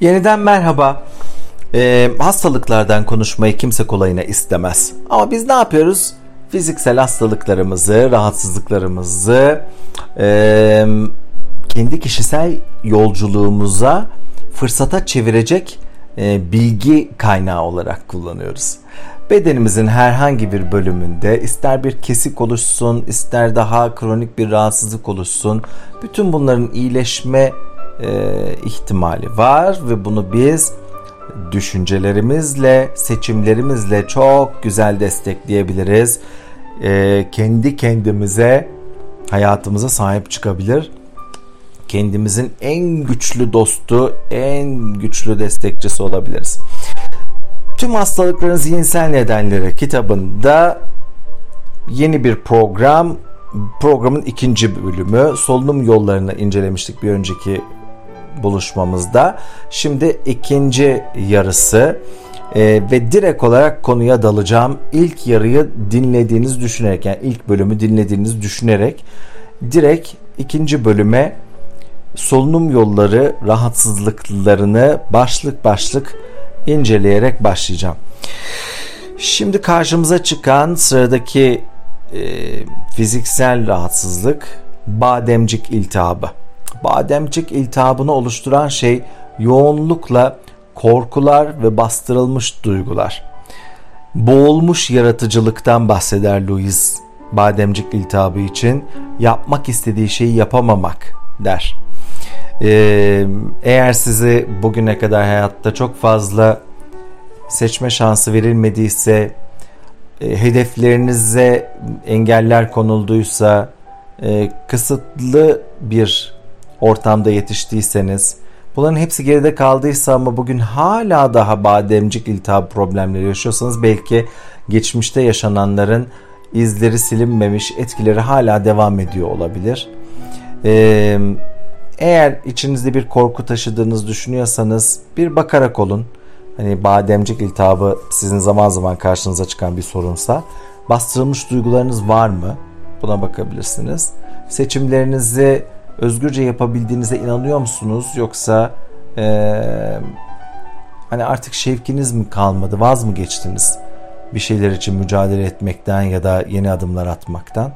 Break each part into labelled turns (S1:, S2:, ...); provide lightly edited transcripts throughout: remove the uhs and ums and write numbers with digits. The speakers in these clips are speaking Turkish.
S1: Yeniden merhaba. Hastalıklardan konuşmayı kimse kolayına istemez. Ama biz ne yapıyoruz? Fiziksel hastalıklarımızı, rahatsızlıklarımızı kendi kişisel yolculuğumuza fırsata çevirecek bilgi kaynağı olarak kullanıyoruz. Bedenimizin herhangi bir bölümünde ister bir kesik oluşsun, ister daha kronik bir rahatsızlık oluşsun, bütün bunların iyileşme ihtimali var ve bunu biz düşüncelerimizle, seçimlerimizle çok güzel destekleyebiliriz. Kendi kendimize, hayatımıza sahip çıkabilir. Kendimizin en güçlü dostu, en güçlü destekçisi olabiliriz. Tüm hastalıkların zihinsel nedenleri kitabında yeni bir programın ikinci bölümü, solunum yollarını incelemiştik bir önceki buluşmamızda. Şimdi ikinci yarısı ve direkt olarak konuya dalacağım. İlk yarıyı dinlediğinizi düşünerek, yani ilk bölümü dinlediğinizi düşünerek direkt ikinci bölüme solunum yolları rahatsızlıklarını başlık başlık inceleyerek başlayacağım. Şimdi karşımıza çıkan sıradaki fiziksel rahatsızlık bademcik iltihabı. Bademcik iltihabını oluşturan şey yoğunlukla korkular ve bastırılmış duygular. Boğulmuş yaratıcılıktan bahseder Louis bademcik iltihabı için. Yapmak istediği şeyi yapamamak der. Eğer sizi bugüne kadar hayatta çok fazla seçme şansı verilmediyse, hedeflerinize engeller konulduysa, kısıtlı bir ortamda yetiştiyseniz, bunların hepsi geride kaldıysa ama bugün hala daha bademcik iltihap problemleri yaşıyorsanız, belki geçmişte yaşananların izleri silinmemiş, etkileri hala devam ediyor olabilir. Eğer içinizde bir korku taşıdığınızı düşünüyorsanız bir bakarak olun. Hani bademcik iltihabı sizin zaman zaman karşınıza çıkan bir sorunsa, bastırılmış duygularınız var mı? Buna bakabilirsiniz. Seçimlerinizi özgürce yapabildiğinize inanıyor musunuz? Yoksa hani artık şevkiniz mi kalmadı? Vaz mı geçtiniz bir şeyler için mücadele etmekten ya da yeni adımlar atmaktan?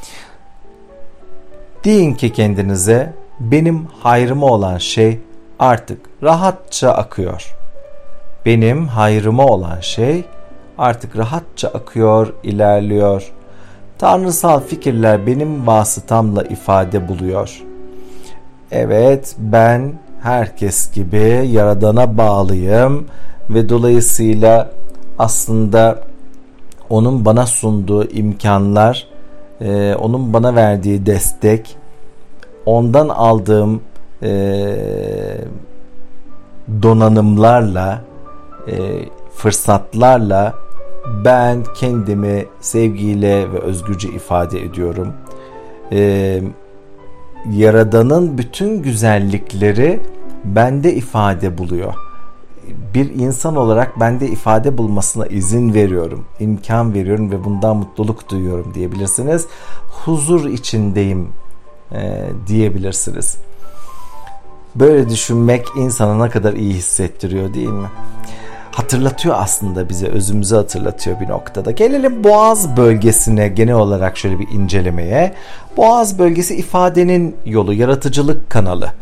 S1: Deyin ki kendinize, benim hayrıma olan şey artık rahatça akıyor. Benim hayrıma olan şey artık rahatça akıyor, ilerliyor. Tanrısal fikirler benim vasıtamla ifade buluyor. Evet, ben herkes gibi Yaradan'a bağlıyım ve dolayısıyla aslında onun bana sunduğu imkanlar, onun bana verdiği destek, ondan aldığım donanımlarla, fırsatlarla ben kendimi sevgiyle ve özgürce ifade ediyorum. Yaradan'ın bütün güzellikleri bende ifade buluyor. Bir insan olarak bende ifade bulmasına izin veriyorum, imkan veriyorum ve bundan mutluluk duyuyorum diyebilirsiniz. Huzur içindeyim diyebilirsiniz. Böyle düşünmek insana ne kadar iyi hissettiriyor, değil mi? Hatırlatıyor aslında bize, özümüzü hatırlatıyor bir noktada. Gelelim boğaz bölgesine, genel olarak şöyle bir incelemeye. Boğaz bölgesi ifadenin yolu, yaratıcılık kanalı.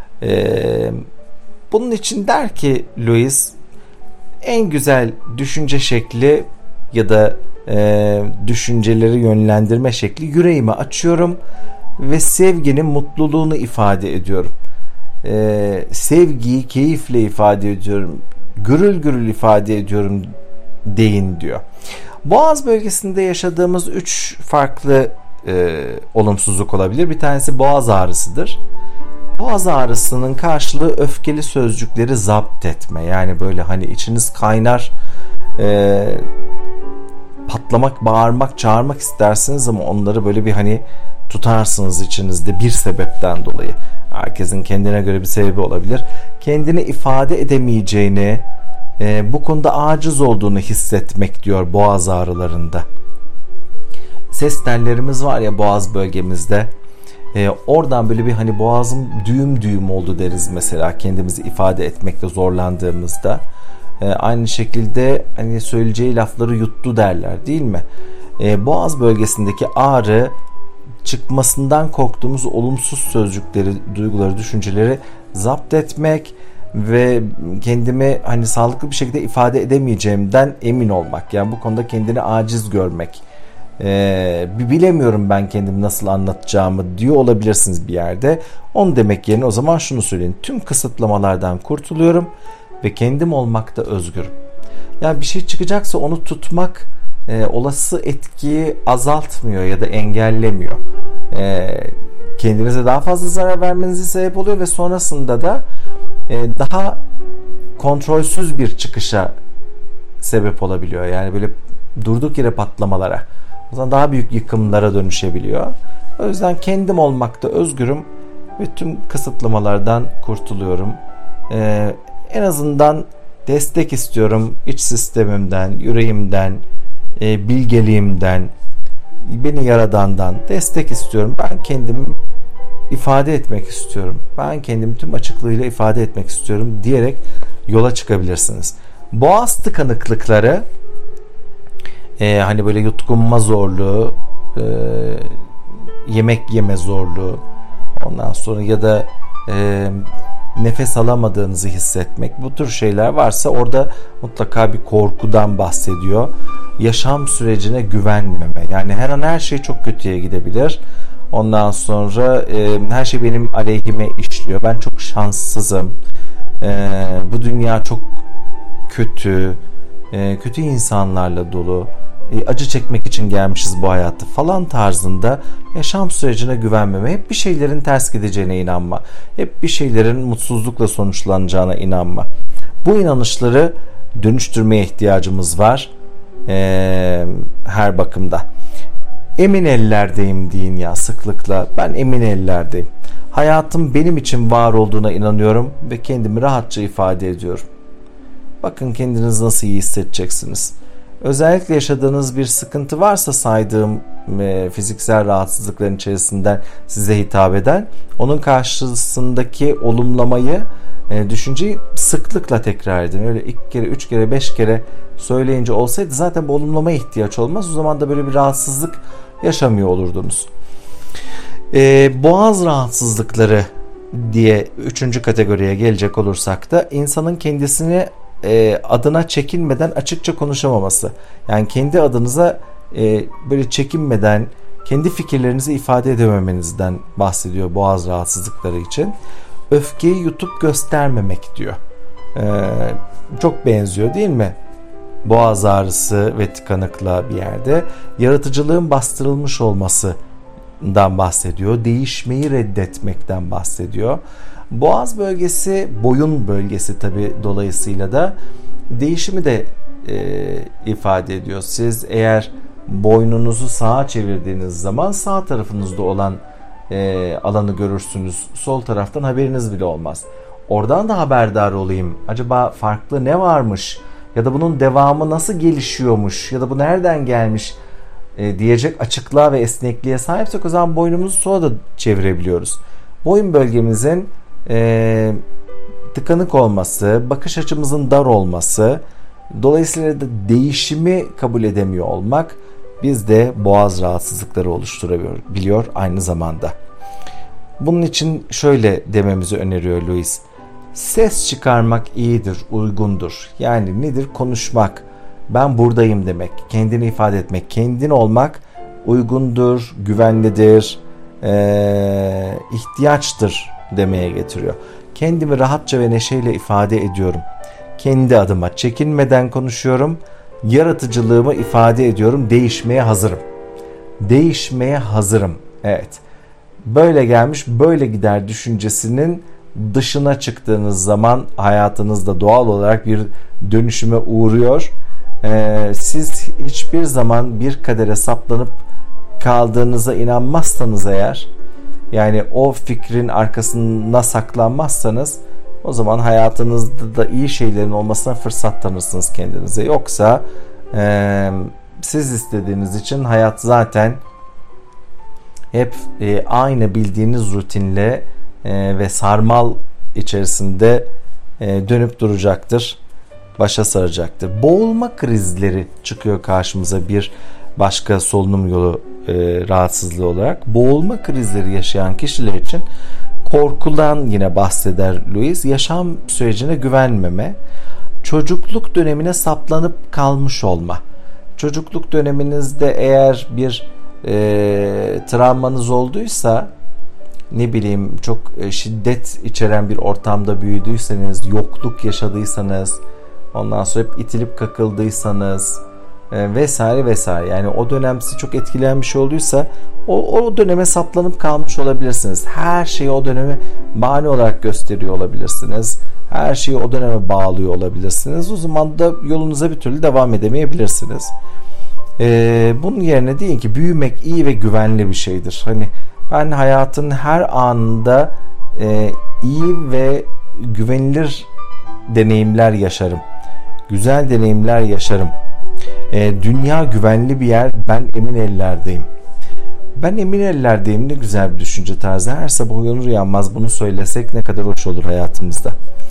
S1: Bunun için der ki Louis, en güzel düşünce şekli ya da düşünceleri yönlendirme şekli, yüreğimi açıyorum ve sevginin mutluluğunu ifade ediyorum. Sevgiyi keyifle ifade ediyorum, gürül gürül ifade ediyorum deyin diyor. Boğaz bölgesinde yaşadığımız 3 farklı olumsuzluk olabilir. Bir tanesi boğaz ağrısıdır. Boğaz ağrısının karşılığı öfkeli sözcükleri zapt etme. Yani böyle hani içiniz kaynar, patlamak, bağırmak, çağırmak istersiniz ama onları böyle bir hani tutarsınız içinizde bir sebepten dolayı. Herkesin kendine göre bir sebebi olabilir. Kendini ifade edemeyeceğini, bu konuda aciz olduğunu hissetmek diyor boğaz ağrılarında. Ses tellerimiz var ya boğaz bölgemizde. Oradan böyle bir hani boğazım düğüm düğüm oldu deriz mesela kendimizi ifade etmekte zorlandığımızda. Aynı şekilde hani söyleyeceği lafları yuttu derler değil mi? Boğaz bölgesindeki ağrı, çıkmasından korktuğumuz olumsuz sözcükleri, duyguları, düşünceleri zapt etmek ve kendimi hani sağlıklı bir şekilde ifade edemeyeceğimden emin olmak. Yani bu konuda kendini aciz görmek. Bilemiyorum ben kendimi nasıl anlatacağımı diyor olabilirsiniz bir yerde. Onu demek yerine o zaman şunu söyleyin. Tüm kısıtlamalardan kurtuluyorum ve kendim olmakta özgürüm. Yani bir şey çıkacaksa onu tutmak olası etkiyi azaltmıyor ya da engellemiyor. Kendinize daha fazla zarar vermenize sebep oluyor ve sonrasında da daha kontrolsüz bir çıkışa sebep olabiliyor. Yani böyle durduk yere patlamalara, o zaman daha büyük yıkımlara dönüşebiliyor. O yüzden kendim olmakta özgürüm ve tüm kısıtlamalardan kurtuluyorum. En azından destek istiyorum iç sistemimden, yüreğimden, bilgeliğimden, beni yaradandan destek istiyorum. Ben kendimi ifade etmek istiyorum. Ben kendimi tüm açıklığıyla ifade etmek istiyorum diyerek yola çıkabilirsiniz. Boğaz tıkanıklıkları hani böyle yutkunma zorluğu, yemek yeme zorluğu, ondan sonra ya da nefes alamadığınızı hissetmek, bu tür şeyler varsa orada mutlaka bir korkudan bahsediyor. Yaşam sürecine güvenmeme, yani her an her şey çok kötüye gidebilir. Ondan sonra her şey benim aleyhime işliyor. Ben çok şanssızım. Bu dünya çok kötü. Kötü insanlarla dolu. Acı çekmek için gelmişiz bu hayatı falan tarzında yaşam sürecine güvenmeme, hep bir şeylerin ters gideceğine inanma, hep bir şeylerin mutsuzlukla sonuçlanacağına inanma. Bu inanışları dönüştürmeye ihtiyacımız var her bakımda. Emin ellerdeyim deyin ya sıklıkla. Ben emin ellerdeyim. Hayatım benim için var olduğuna inanıyorum ve kendimi rahatça ifade ediyorum. Bakın kendinizi nasıl iyi hissedeceksiniz. Özellikle yaşadığınız bir sıkıntı varsa saydığım fiziksel rahatsızlıkların içerisinden size hitap eden, onun karşısındaki olumlamayı, düşünceyi sıklıkla tekrar edin. Öyle 2 kere, 3 kere, 5 kere söyleyince olsaydı zaten bu olumlamaya ihtiyaç olmaz. O zaman da böyle bir rahatsızlık yaşamıyor olurdunuz. Boğaz rahatsızlıkları diye 3. kategoriye gelecek olursak da insanın kendisini adına çekinmeden açıkça konuşamaması. Yani kendi adınıza böyle çekinmeden kendi fikirlerinizi ifade edememenizden bahsediyor boğaz rahatsızlıkları için. Öfkeyi yutup göstermemek diyor. Çok benziyor değil mi? Boğaz ağrısı ve tıkanıklığa bir yerde. Yaratıcılığın bastırılmış olmasından bahsediyor. Değişmeyi reddetmekten bahsediyor. Boğaz bölgesi, boyun bölgesi tabii, dolayısıyla da değişimi de ifade ediyor. Siz eğer boynunuzu sağa çevirdiğiniz zaman sağ tarafınızda olan alanı görürsünüz. Sol taraftan haberiniz bile olmaz. Oradan da haberdar olayım. Acaba farklı ne varmış? Ya da bunun devamı nasıl gelişiyormuş? Ya da bu nereden gelmiş? Diyecek açıklığa ve esnekliğe sahipsek o zaman boynumuzu sola da çevirebiliyoruz. Boyun bölgemizin tıkanık olması, bakış açımızın dar olması, dolayısıyla da değişimi kabul edemiyor olmak bizde boğaz rahatsızlıkları oluşturabiliyor aynı zamanda. Bunun için şöyle dememizi öneriyor Louis. Ses çıkarmak iyidir, uygundur. Yani nedir? Konuşmak, ben buradayım demek, kendini ifade etmek, kendin olmak uygundur, güvenlidir, ihtiyaçtır demeye getiriyor. Kendimi rahatça ve neşeyle ifade ediyorum. Kendi adıma çekinmeden konuşuyorum. Yaratıcılığımı ifade ediyorum. Değişmeye hazırım. Değişmeye hazırım. Evet. Böyle gelmiş, böyle gider düşüncesinin dışına çıktığınız zaman hayatınızda doğal olarak bir dönüşüme uğruyor. Siz hiçbir zaman bir kadere saplanıp kaldığınıza inanmazsanız eğer, yani o fikrin arkasına saklanmazsanız, o zaman hayatınızda da iyi şeylerin olmasına fırsat tanırsınız kendinize. Yoksa siz istediğiniz için hayat zaten hep aynı bildiğiniz rutinle ve sarmal içerisinde dönüp duracaktır. Başa saracaktır. Boğulma krizleri çıkıyor karşımıza bir başka solunum yolu rahatsızlığı olarak. Boğulma krizleri yaşayan kişiler için korkudan yine bahseder Lewis. Yaşam sürecine güvenmeme, çocukluk dönemine saplanıp kalmış olma. Çocukluk döneminizde eğer bir travmanız olduysa, ne bileyim çok şiddet içeren bir ortamda büyüdüyseniz, yokluk yaşadıysanız, ondan sonra hep itilip kakıldıysanız vesaire vesaire, yani o dönem sizi çok etkileyen bir şey olduysa o döneme saplanıp kalmış olabilirsiniz. Her şeyi o döneme mani olarak gösteriyor olabilirsiniz. Her şeyi o döneme bağlıyor olabilirsiniz. O zaman da yolunuza bir türlü devam edemeyebilirsiniz. Bunun yerine deyin ki büyümek iyi ve güvenli bir şeydir. Hani ben hayatın her anında iyi ve güvenilir deneyimler yaşarım. Güzel deneyimler yaşarım. Dünya güvenli bir yer. Ben emin ellerdeyim. Ben emin ellerdeyim. Ne güzel bir düşünce tarzı. Her sabah uyanır uyanmaz bunu söylesek ne kadar hoş olur hayatımızda.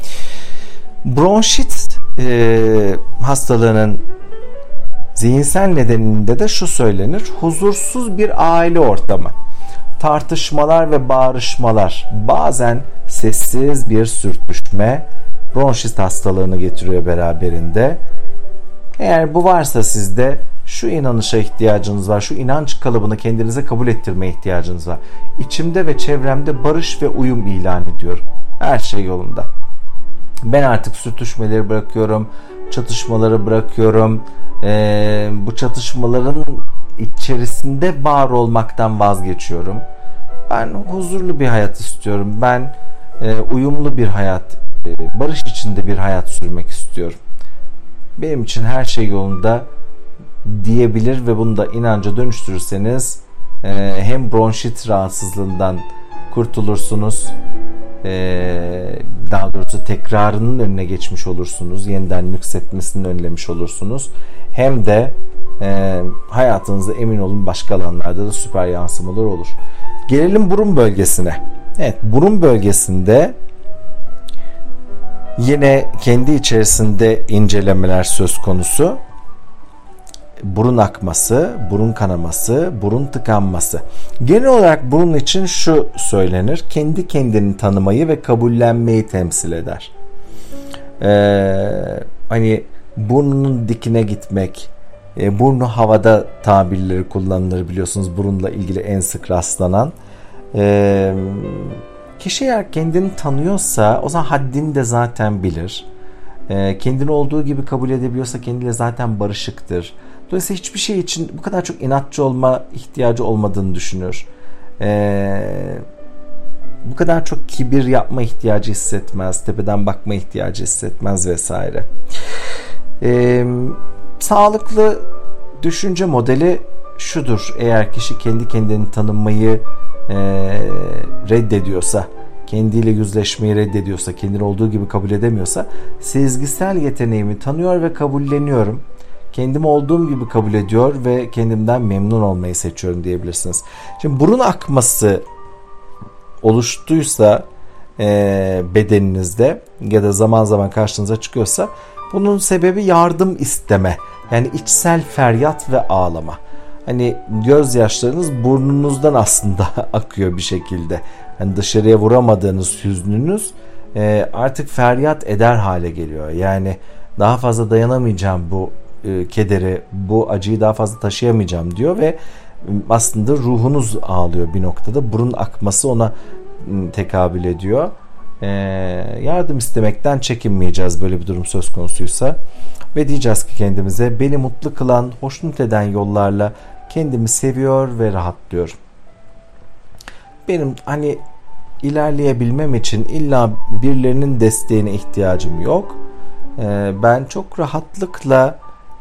S1: Bronşit hastalığının zihinsel nedeninde de şu söylenir: huzursuz bir aile ortamı, tartışmalar ve bağırışmalar, bazen sessiz bir sürtüşme bronşit hastalığını getiriyor beraberinde. Eğer bu varsa sizde şu inanışa ihtiyacınız var, şu inanç kalıbını kendinize kabul ettirmeye ihtiyacınız var. İçimde ve çevremde barış ve uyum ilan ediyorum. Her şey yolunda. Ben artık sürtüşmeleri bırakıyorum, çatışmaları bırakıyorum. Bu çatışmaların içerisinde var olmaktan vazgeçiyorum. Ben huzurlu bir hayat istiyorum. Ben uyumlu bir hayat, barış içinde bir hayat sürmek istiyorum. Benim için her şey yolunda diyebilir ve bunu da inanca dönüştürürseniz hem bronşit rahatsızlığından kurtulursunuz, daha doğrusu tekrarının önüne geçmiş olursunuz, yeniden nüksetmesini önlemiş olursunuz, hem de hayatınızda emin olun başka alanlarda da süper yansımalar olur. Gelelim burun bölgesine. Evet, burun bölgesinde yine kendi içerisinde incelemeler söz konusu. Burun akması, burun kanaması, burun tıkanması. Genel olarak burun için şu söylenir: kendi kendini tanımayı ve kabullenmeyi temsil eder. Hani burnunun dikine gitmek, burnu havada tabirleri kullanılır biliyorsunuz, burunla ilgili en sık rastlanan. Kişi eğer kendini tanıyorsa o zaman haddini de zaten bilir. Kendini olduğu gibi kabul edebiliyorsa kendiyle zaten barışıktır. Dolayısıyla hiçbir şey için bu kadar çok inatçı olma ihtiyacı olmadığını düşünür. Bu kadar çok kibir yapma ihtiyacı hissetmez. Tepeden bakma ihtiyacı hissetmez vesaire. Sağlıklı düşünce modeli şudur: eğer kişi kendi kendini tanımayı reddediyorsa, kendiyle yüzleşmeyi reddediyorsa, kendini olduğu gibi kabul edemiyorsa, sezgisel yeteneğimi tanıyor ve kabulleniyorum. Kendimi olduğum gibi kabul ediyor ve kendimden memnun olmayı seçiyorum diyebilirsiniz. Şimdi burun akması oluştuysa bedeninizde ya da zaman zaman karşınıza çıkıyorsa, bunun sebebi yardım isteme. Yani içsel feryat ve ağlama. Hani gözyaşlarınız burnunuzdan aslında akıyor bir şekilde. Hani dışarıya vuramadığınız hüznünüz artık feryat eder hale geliyor. Yani daha fazla dayanamayacağım bu kederi, bu acıyı daha fazla taşıyamayacağım diyor ve aslında ruhunuz ağlıyor bir noktada. Burun akması ona tekabül ediyor. Yardım istemekten çekinmeyeceğiz böyle bir durum söz konusuysa ve diyeceğiz ki kendimize: beni mutlu kılan, hoşnut eden yollarla kendimi seviyor ve rahatlıyorum. Benim hani ilerleyebilmem için illa birilerinin desteğine ihtiyacım yok. Ben çok rahatlıkla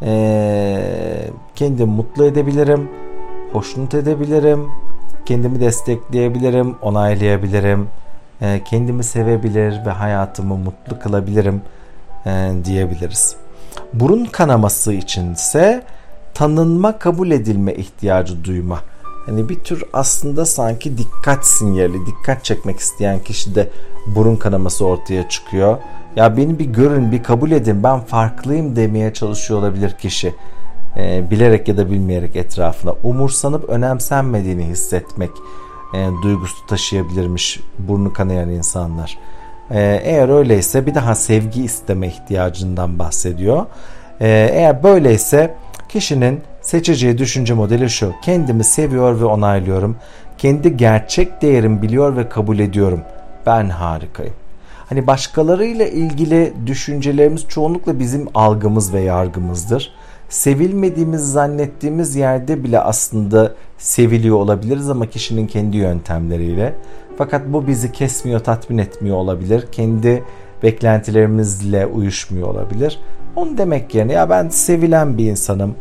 S1: kendimi mutlu edebilirim, hoşnut edebilirim, kendimi destekleyebilirim, onaylayabilirim, kendimi sevebilir ve hayatımı mutlu kılabilirim diyebiliriz. Burun kanaması içinse tanınma, kabul edilme ihtiyacı duyma. Hani bir tür aslında sanki dikkat sinyali, dikkat çekmek isteyen kişide burun kanaması ortaya çıkıyor. Ya beni bir görün, bir kabul edin, ben farklıyım demeye çalışıyor olabilir kişi. Bilerek ya da bilmeyerek etrafına umursanıp önemsenmediğini hissetmek duygusu taşıyabilirmiş burnu kanayan insanlar. Eğer öyleyse bir daha sevgi isteme ihtiyacından bahsediyor. Eğer böyleyse kişinin seçeceği düşünce modeli şu: kendimi seviyor ve onaylıyorum. Kendi gerçek değerimi biliyor ve kabul ediyorum. Ben harikayım. Hani başkalarıyla ilgili düşüncelerimiz çoğunlukla bizim algımız ve yargımızdır. Sevilmediğimiz zannettiğimiz yerde bile aslında seviliyor olabiliriz ama kişinin kendi yöntemleriyle. Fakat bu bizi kesmiyor, tatmin etmiyor olabilir. Kendi beklentilerimizle uyuşmuyor olabilir. Onu demek yerine ya ben sevilen bir insanım.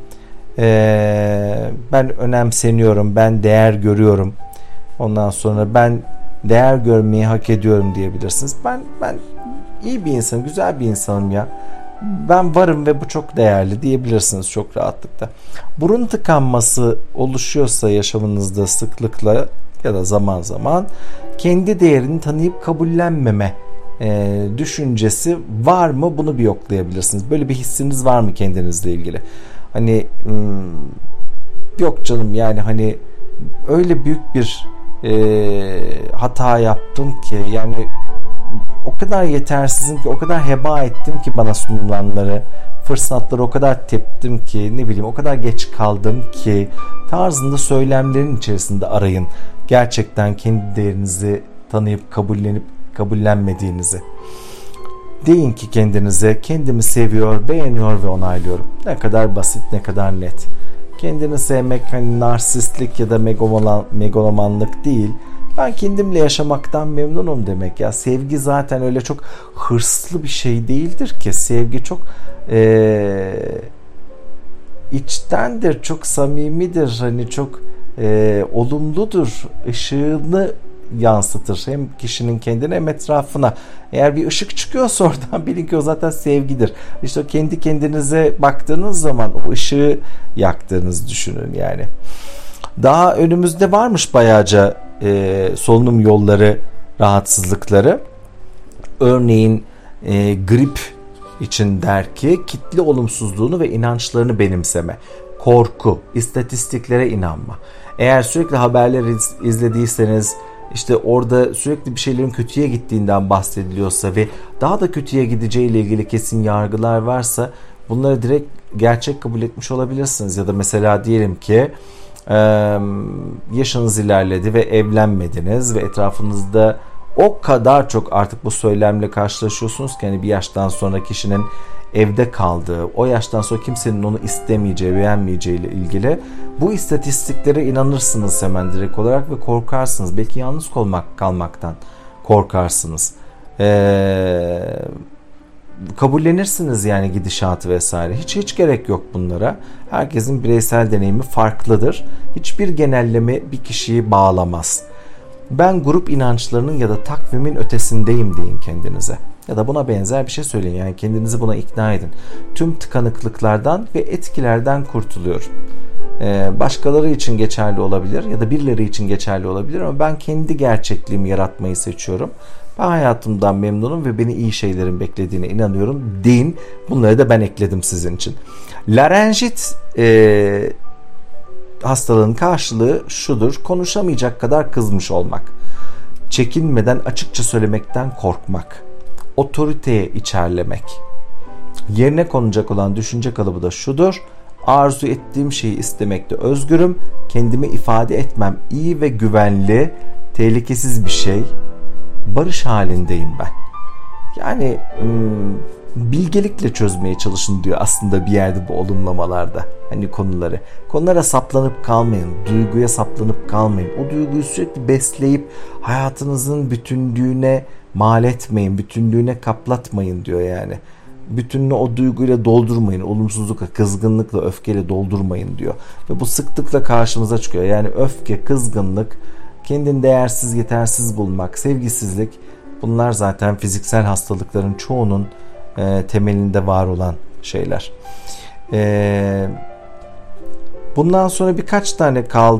S1: Ben önemseniyorum, ben değer görüyorum. Ondan sonra ben değer görmeyi hak ediyorum diyebilirsiniz. Ben iyi bir insanım, güzel bir insanım ya. Ben varım ve bu çok değerli diyebilirsiniz çok rahatlıkla. Burun tıkanması oluşuyorsa yaşamınızda sıklıkla ya da zaman zaman kendi değerini tanıyıp kabullenmeme düşüncesi var mı, bunu bir yoklayabilirsiniz. Böyle bir hissiniz var mı kendinizle ilgili? Hani yok canım, yani hani öyle büyük bir hata yaptım ki, yani o kadar yetersizim ki, o kadar heba ettim ki bana sunulanları, fırsatları o kadar teptim ki, ne bileyim o kadar geç kaldım ki tarzında söylemlerin içerisinde arayın. Gerçekten kendi değerinizi tanıyıp kabullenip kabullenmediğinizi. Deyin ki kendinize, kendimi seviyor, beğeniyor ve onaylıyorum. Ne kadar basit, ne kadar net. Kendini sevmek hani narsistlik ya da megalomanlık değil. Ben kendimle yaşamaktan memnunum demek ya. Sevgi zaten öyle çok hırslı bir şey değildir ki. Sevgi çok içtendir, çok samimidir, hani çok olumludur. Işığını yansıtır hem kişinin kendine hem etrafına. Eğer bir ışık çıkıyorsa oradan bilin ki o zaten sevgidir. İşte o kendi kendinize baktığınız zaman o ışığı yaktığınızı düşünün yani. Daha önümüzde varmış bayağıca solunum yolları rahatsızlıkları. Örneğin grip için der ki kitle olumsuzluğunu ve inançlarını benimseme, korku, istatistiklere inanma. Eğer sürekli haberler izlediyseniz, işte orada sürekli bir şeylerin kötüye gittiğinden bahsediliyorsa ve daha da kötüye gideceğiyle ilgili kesin yargılar varsa bunları direkt gerçek kabul etmiş olabilirsiniz. Ya da mesela diyelim ki yaşınız ilerledi ve evlenmediniz ve etrafınızda o kadar çok artık bu söylemle karşılaşıyorsunuz ki hani bir yaştan sonra kişinin evde kaldığı, o yaştan sonra kimsenin onu istemeyeceği, beğenmeyeceği ile ilgili bu istatistiklere inanırsınız hemen direkt olarak ve korkarsınız. Belki yalnız kalmaktan korkarsınız. Kabullenirsiniz yani gidişatı vesaire. Hiç gerek yok bunlara. Herkesin bireysel deneyimi farklıdır. Hiçbir genelleme bir kişiyi bağlamaz. Ben grup inançlarının ya da takvimin ötesindeyim deyin kendinize. Ya da buna benzer bir şey söyleyin. Yani kendinizi buna ikna edin. Tüm tıkanıklıklardan ve etkilerden kurtuluyorum. Başkaları için geçerli olabilir ya da birileri için geçerli olabilir ama ben kendi gerçekliğimi yaratmayı seçiyorum. Ben hayatımdan memnunum ve beni iyi şeylerin beklediğine inanıyorum deyin. Bunları da ben ekledim sizin için. Larenjit hastalığın karşılığı şudur: konuşamayacak kadar kızmış olmak, çekinmeden açıkça söylemekten korkmak, otoriteye içerlemek. Yerine konacak olan düşünce kalıbı da şudur: arzu ettiğim şeyi istemekte özgürüm, kendimi ifade etmem iyi ve güvenli, tehlikesiz bir şey, barış halindeyim ben. Yani bilgelikle çözmeye çalışın diyor aslında bir yerde bu olumlamalarda. Hani konuları. Konulara saplanıp kalmayın. Duyguya saplanıp kalmayın. O duyguyu sürekli besleyip hayatınızın bütünlüğüne mal etmeyin. Bütünlüğüne kaplatmayın diyor yani. Bütününü o duyguyla doldurmayın. Olumsuzlukla, kızgınlıkla, öfkeyle doldurmayın diyor. Ve bu sıklıkla karşımıza çıkıyor. Yani öfke, kızgınlık, kendini değersiz, yetersiz bulmak, sevgisizlik, bunlar zaten fiziksel hastalıkların çoğunun temelinde var olan şeyler. Bundan sonra birkaç tane kaldı.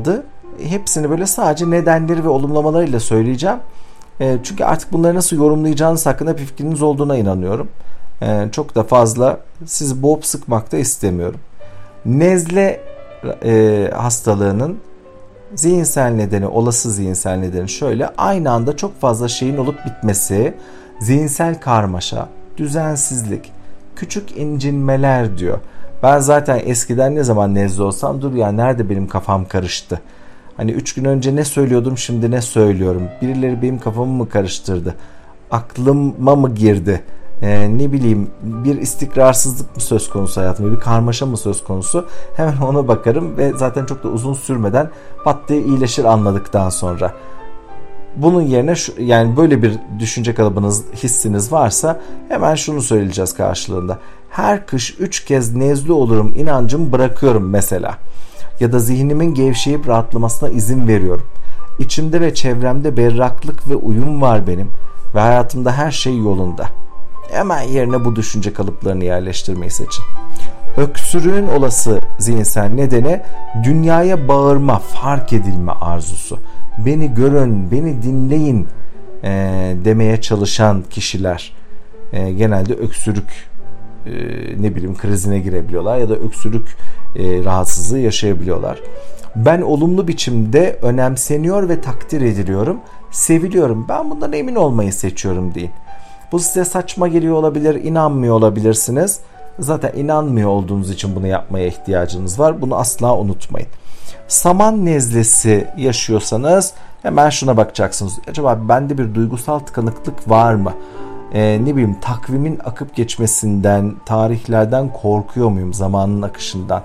S1: Hepsini böyle sadece nedenleri ve olumlamalarıyla söyleyeceğim. Çünkü artık bunları nasıl yorumlayacağınız hakkında bir fikriniz olduğuna inanıyorum. Çok da fazla sizi boğup sıkmak da istemiyorum. Nezle hastalığının zihinsel nedeni, olası zihinsel nedeni şöyle: aynı anda çok fazla şeyin olup bitmesi, zihinsel karmaşa, düzensizlik, küçük incinmeler diyor. Ben zaten eskiden ne zaman nezle olsam, dur ya nerede benim kafam karıştı. Hani 3 gün önce ne söylüyordum, şimdi ne söylüyorum? Birileri benim kafamı mı karıştırdı? Aklıma mı girdi? Ne bileyim, bir istikrarsızlık mı söz konusu hayatımda, bir karmaşa mı söz konusu? Hemen ona bakarım ve zaten çok da uzun sürmeden pat diye iyileşir anladıktan sonra. Bunun yerine yani böyle bir düşünce kalıbınız, hissiniz varsa hemen şunu söyleyeceğiz karşılığında: her kış 3 kez nezle olurum inancımı bırakıyorum mesela. Ya da zihnimin gevşeyip rahatlamasına izin veriyorum. İçimde ve çevremde berraklık ve uyum var benim ve hayatımda her şey yolunda. Hemen yerine bu düşünce kalıplarını yerleştirmeyi seçin. Öksürüğün olası zihinsel nedeni dünyaya bağırma, fark edilme arzusu. Beni görün, beni dinleyin demeye çalışan kişiler genelde öksürük krizine girebiliyorlar ya da öksürük rahatsızlığı yaşayabiliyorlar. Ben olumlu biçimde önemseniyor ve takdir ediliyorum, seviliyorum. Ben bundan emin olmayı seçiyorum deyin. Bu size saçma geliyor olabilir, inanmıyor olabilirsiniz. Zaten inanmıyor olduğunuz için bunu yapmaya ihtiyacınız var. Bunu asla unutmayın. Saman nezlesi yaşıyorsanız hemen şuna bakacaksınız: acaba bende bir duygusal tıkanıklık var mı? Takvimin akıp geçmesinden, tarihlerden korkuyor muyum, zamanın akışından?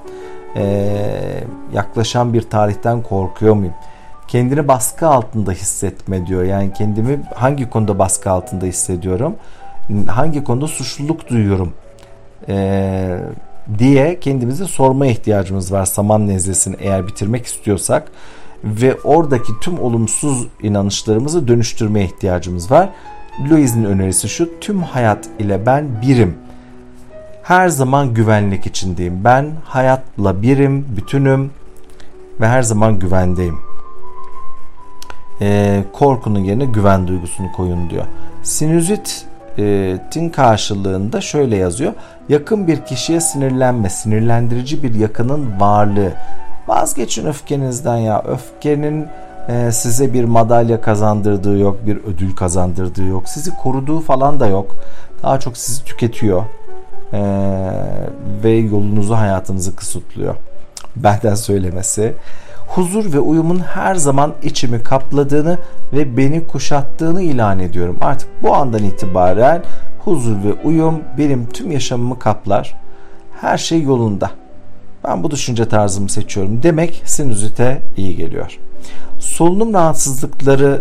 S1: Yaklaşan bir tarihten korkuyor muyum? Kendini baskı altında hissetme diyor. Yani kendimi hangi konuda baskı altında hissediyorum? Hangi konuda suçluluk duyuyorum? Diye kendimize sormaya ihtiyacımız var saman nezlesini eğer bitirmek istiyorsak. Ve oradaki tüm olumsuz inanışlarımızı dönüştürmeye ihtiyacımız var. Louise'nin önerisi şu: tüm hayat ile ben birim. Her zaman güvenlik içindeyim. Ben hayatla birim, bütünüm ve her zaman güvendeyim. Korkunun yerine güven duygusunu koyun diyor. Sinüzitin karşılığında şöyle yazıyor: yakın bir kişiye sinirlenme, sinirlendirici bir yakının varlığı. Vazgeçin öfkenizden ya. Öfkenin size bir madalya kazandırdığı yok, bir ödül kazandırdığı yok, sizi koruduğu falan da yok. Daha çok sizi tüketiyor ve yolunuzu, hayatınızı kısıtlıyor. Benden söylemesi. Huzur ve uyumun her zaman içimi kapladığını ve beni kuşattığını ilan ediyorum. Artık bu andan itibaren huzur ve uyum benim tüm yaşamımı kaplar. Her şey yolunda. Ben bu düşünce tarzımı seçiyorum demek sinüzite iyi geliyor. Solunum rahatsızlıkları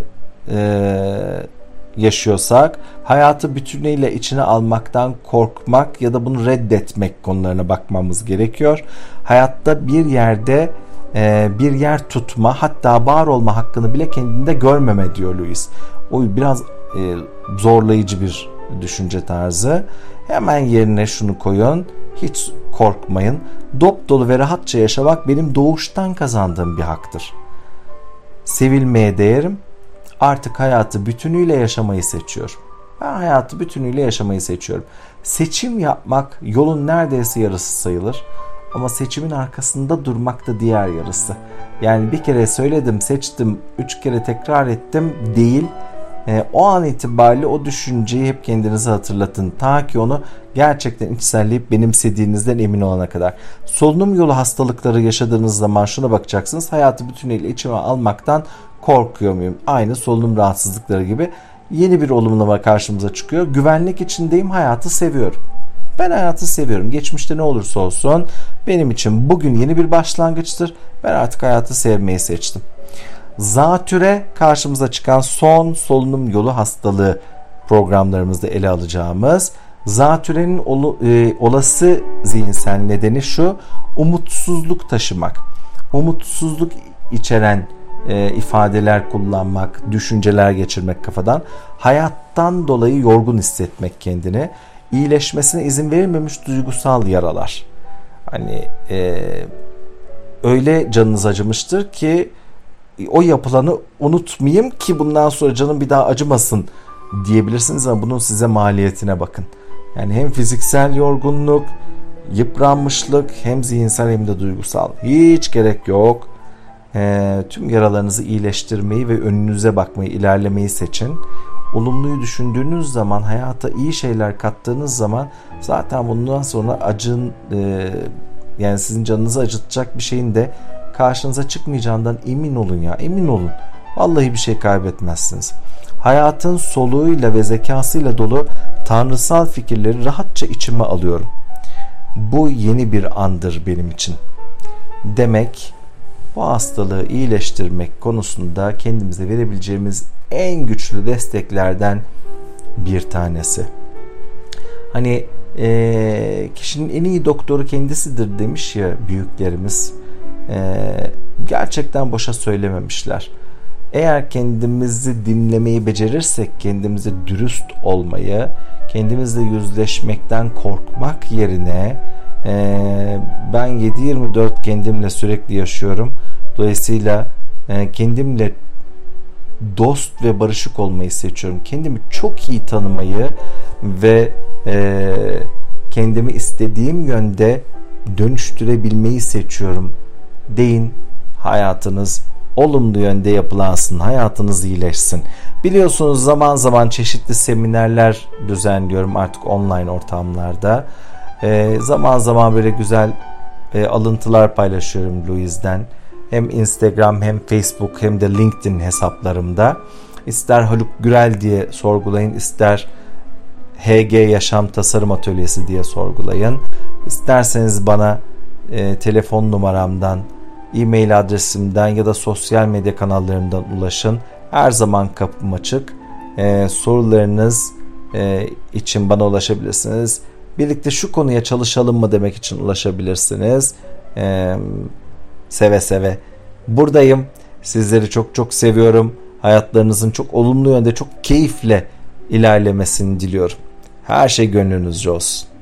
S1: yaşıyorsak hayatı bütünüyle içine almaktan korkmak ya da bunu reddetmek konularına bakmamız gerekiyor. Hayatta bir yerde bir yer tutma, hatta var olma hakkını bile kendinde görmeme diyor Louise. O biraz zorlayıcı bir düşünce tarzı. Hemen yerine şunu koyun: hiç korkmayın. Dop dolu ve rahatça yaşamak benim doğuştan kazandığım bir haktır. Sevilmeye değerim. Artık hayatı bütünüyle yaşamayı seçiyorum. Ben hayatı bütünüyle yaşamayı seçiyorum. Seçim yapmak yolun neredeyse yarısı sayılır. Ama seçimin arkasında durmak da diğer yarısı. Yani bir kere söyledim, seçtim, 3 kere tekrar ettim değil. O an itibariyle o düşünceyi hep kendinize hatırlatın. Ta ki onu gerçekten içselleyip benimsediğinizden emin olana kadar. Solunum yolu hastalıkları yaşadığınız zaman şuna bakacaksınız: hayatı bütünüyle içime almaktan korkuyor muyum? Aynı solunum rahatsızlıkları gibi yeni bir olumlama karşımıza çıkıyor. Güvenlik içindeyim, hayatı seviyorum. Ben hayatı seviyorum. Geçmişte ne olursa olsun benim için bugün yeni bir başlangıçtır. Ben artık hayatı sevmeyi seçtim. Zatüre karşımıza çıkan son solunum yolu hastalığı programlarımızda ele alacağımız. Zatürenin olası zihinsel nedeni şu: umutsuzluk taşımak. Umutsuzluk içeren ifadeler kullanmak, düşünceler geçirmek kafadan, hayattan dolayı yorgun hissetmek kendini, iyileşmesine izin verilmemiş duygusal yaralar. Hani öyle canınız acımıştır ki o yapılanı unutmayayım ki bundan sonra canım bir daha acımasın diyebilirsiniz ama bunun size maliyetine bakın. Yani hem fiziksel yorgunluk, yıpranmışlık, hem zihinsel hem de duygusal. Hiç gerek yok. Tüm yaralarınızı iyileştirmeyi ve önünüze bakmayı, ilerlemeyi seçin. Olumluyu düşündüğünüz zaman, hayata iyi şeyler kattığınız zaman zaten bundan sonra yani sizin canınızı acıtacak bir şeyin de karşınıza çıkmayacağından emin olun ya. Emin olun. Vallahi bir şey kaybetmezsiniz. Hayatın soluğuyla ve zekasıyla dolu tanrısal fikirleri rahatça içime alıyorum. Bu yeni bir andır benim için. Demek bu hastalığı iyileştirmek konusunda kendimize verebileceğimiz en güçlü desteklerden bir tanesi. Hani kişinin en iyi doktoru kendisidir demiş ya büyüklerimiz. Gerçekten boşa söylememişler. Eğer kendimizi dinlemeyi becerirsek, kendimize dürüst olmayı, kendimizle yüzleşmekten korkmak yerine ben 7/24 kendimle sürekli yaşıyorum. Dolayısıyla kendimle dost ve barışık olmayı seçiyorum. Kendimi çok iyi tanımayı ve kendimi istediğim yönde dönüştürebilmeyi seçiyorum. Deyin, hayatınız olumlu yönde yapılansın, hayatınız iyileşsin. Biliyorsunuz zaman zaman çeşitli seminerler düzenliyorum artık online ortamlarda. Zaman zaman böyle güzel alıntılar paylaşıyorum Louise'den. Hem Instagram hem Facebook hem de LinkedIn hesaplarımda. İster Haluk Gürel diye sorgulayın, ister HG Yaşam Tasarım Atölyesi diye sorgulayın. İsterseniz bana telefon numaramdan, e-mail adresimden ya da sosyal medya kanallarımdan ulaşın. Her zaman kapım açık. Sorularınız için bana ulaşabilirsiniz. Birlikte şu konuya çalışalım mı demek için ulaşabilirsiniz. Seve seve buradayım. Sizleri çok çok seviyorum. Hayatlarınızın çok olumlu yönde, çok keyifle ilerlemesini diliyorum. Her şey gönlünüzce olsun.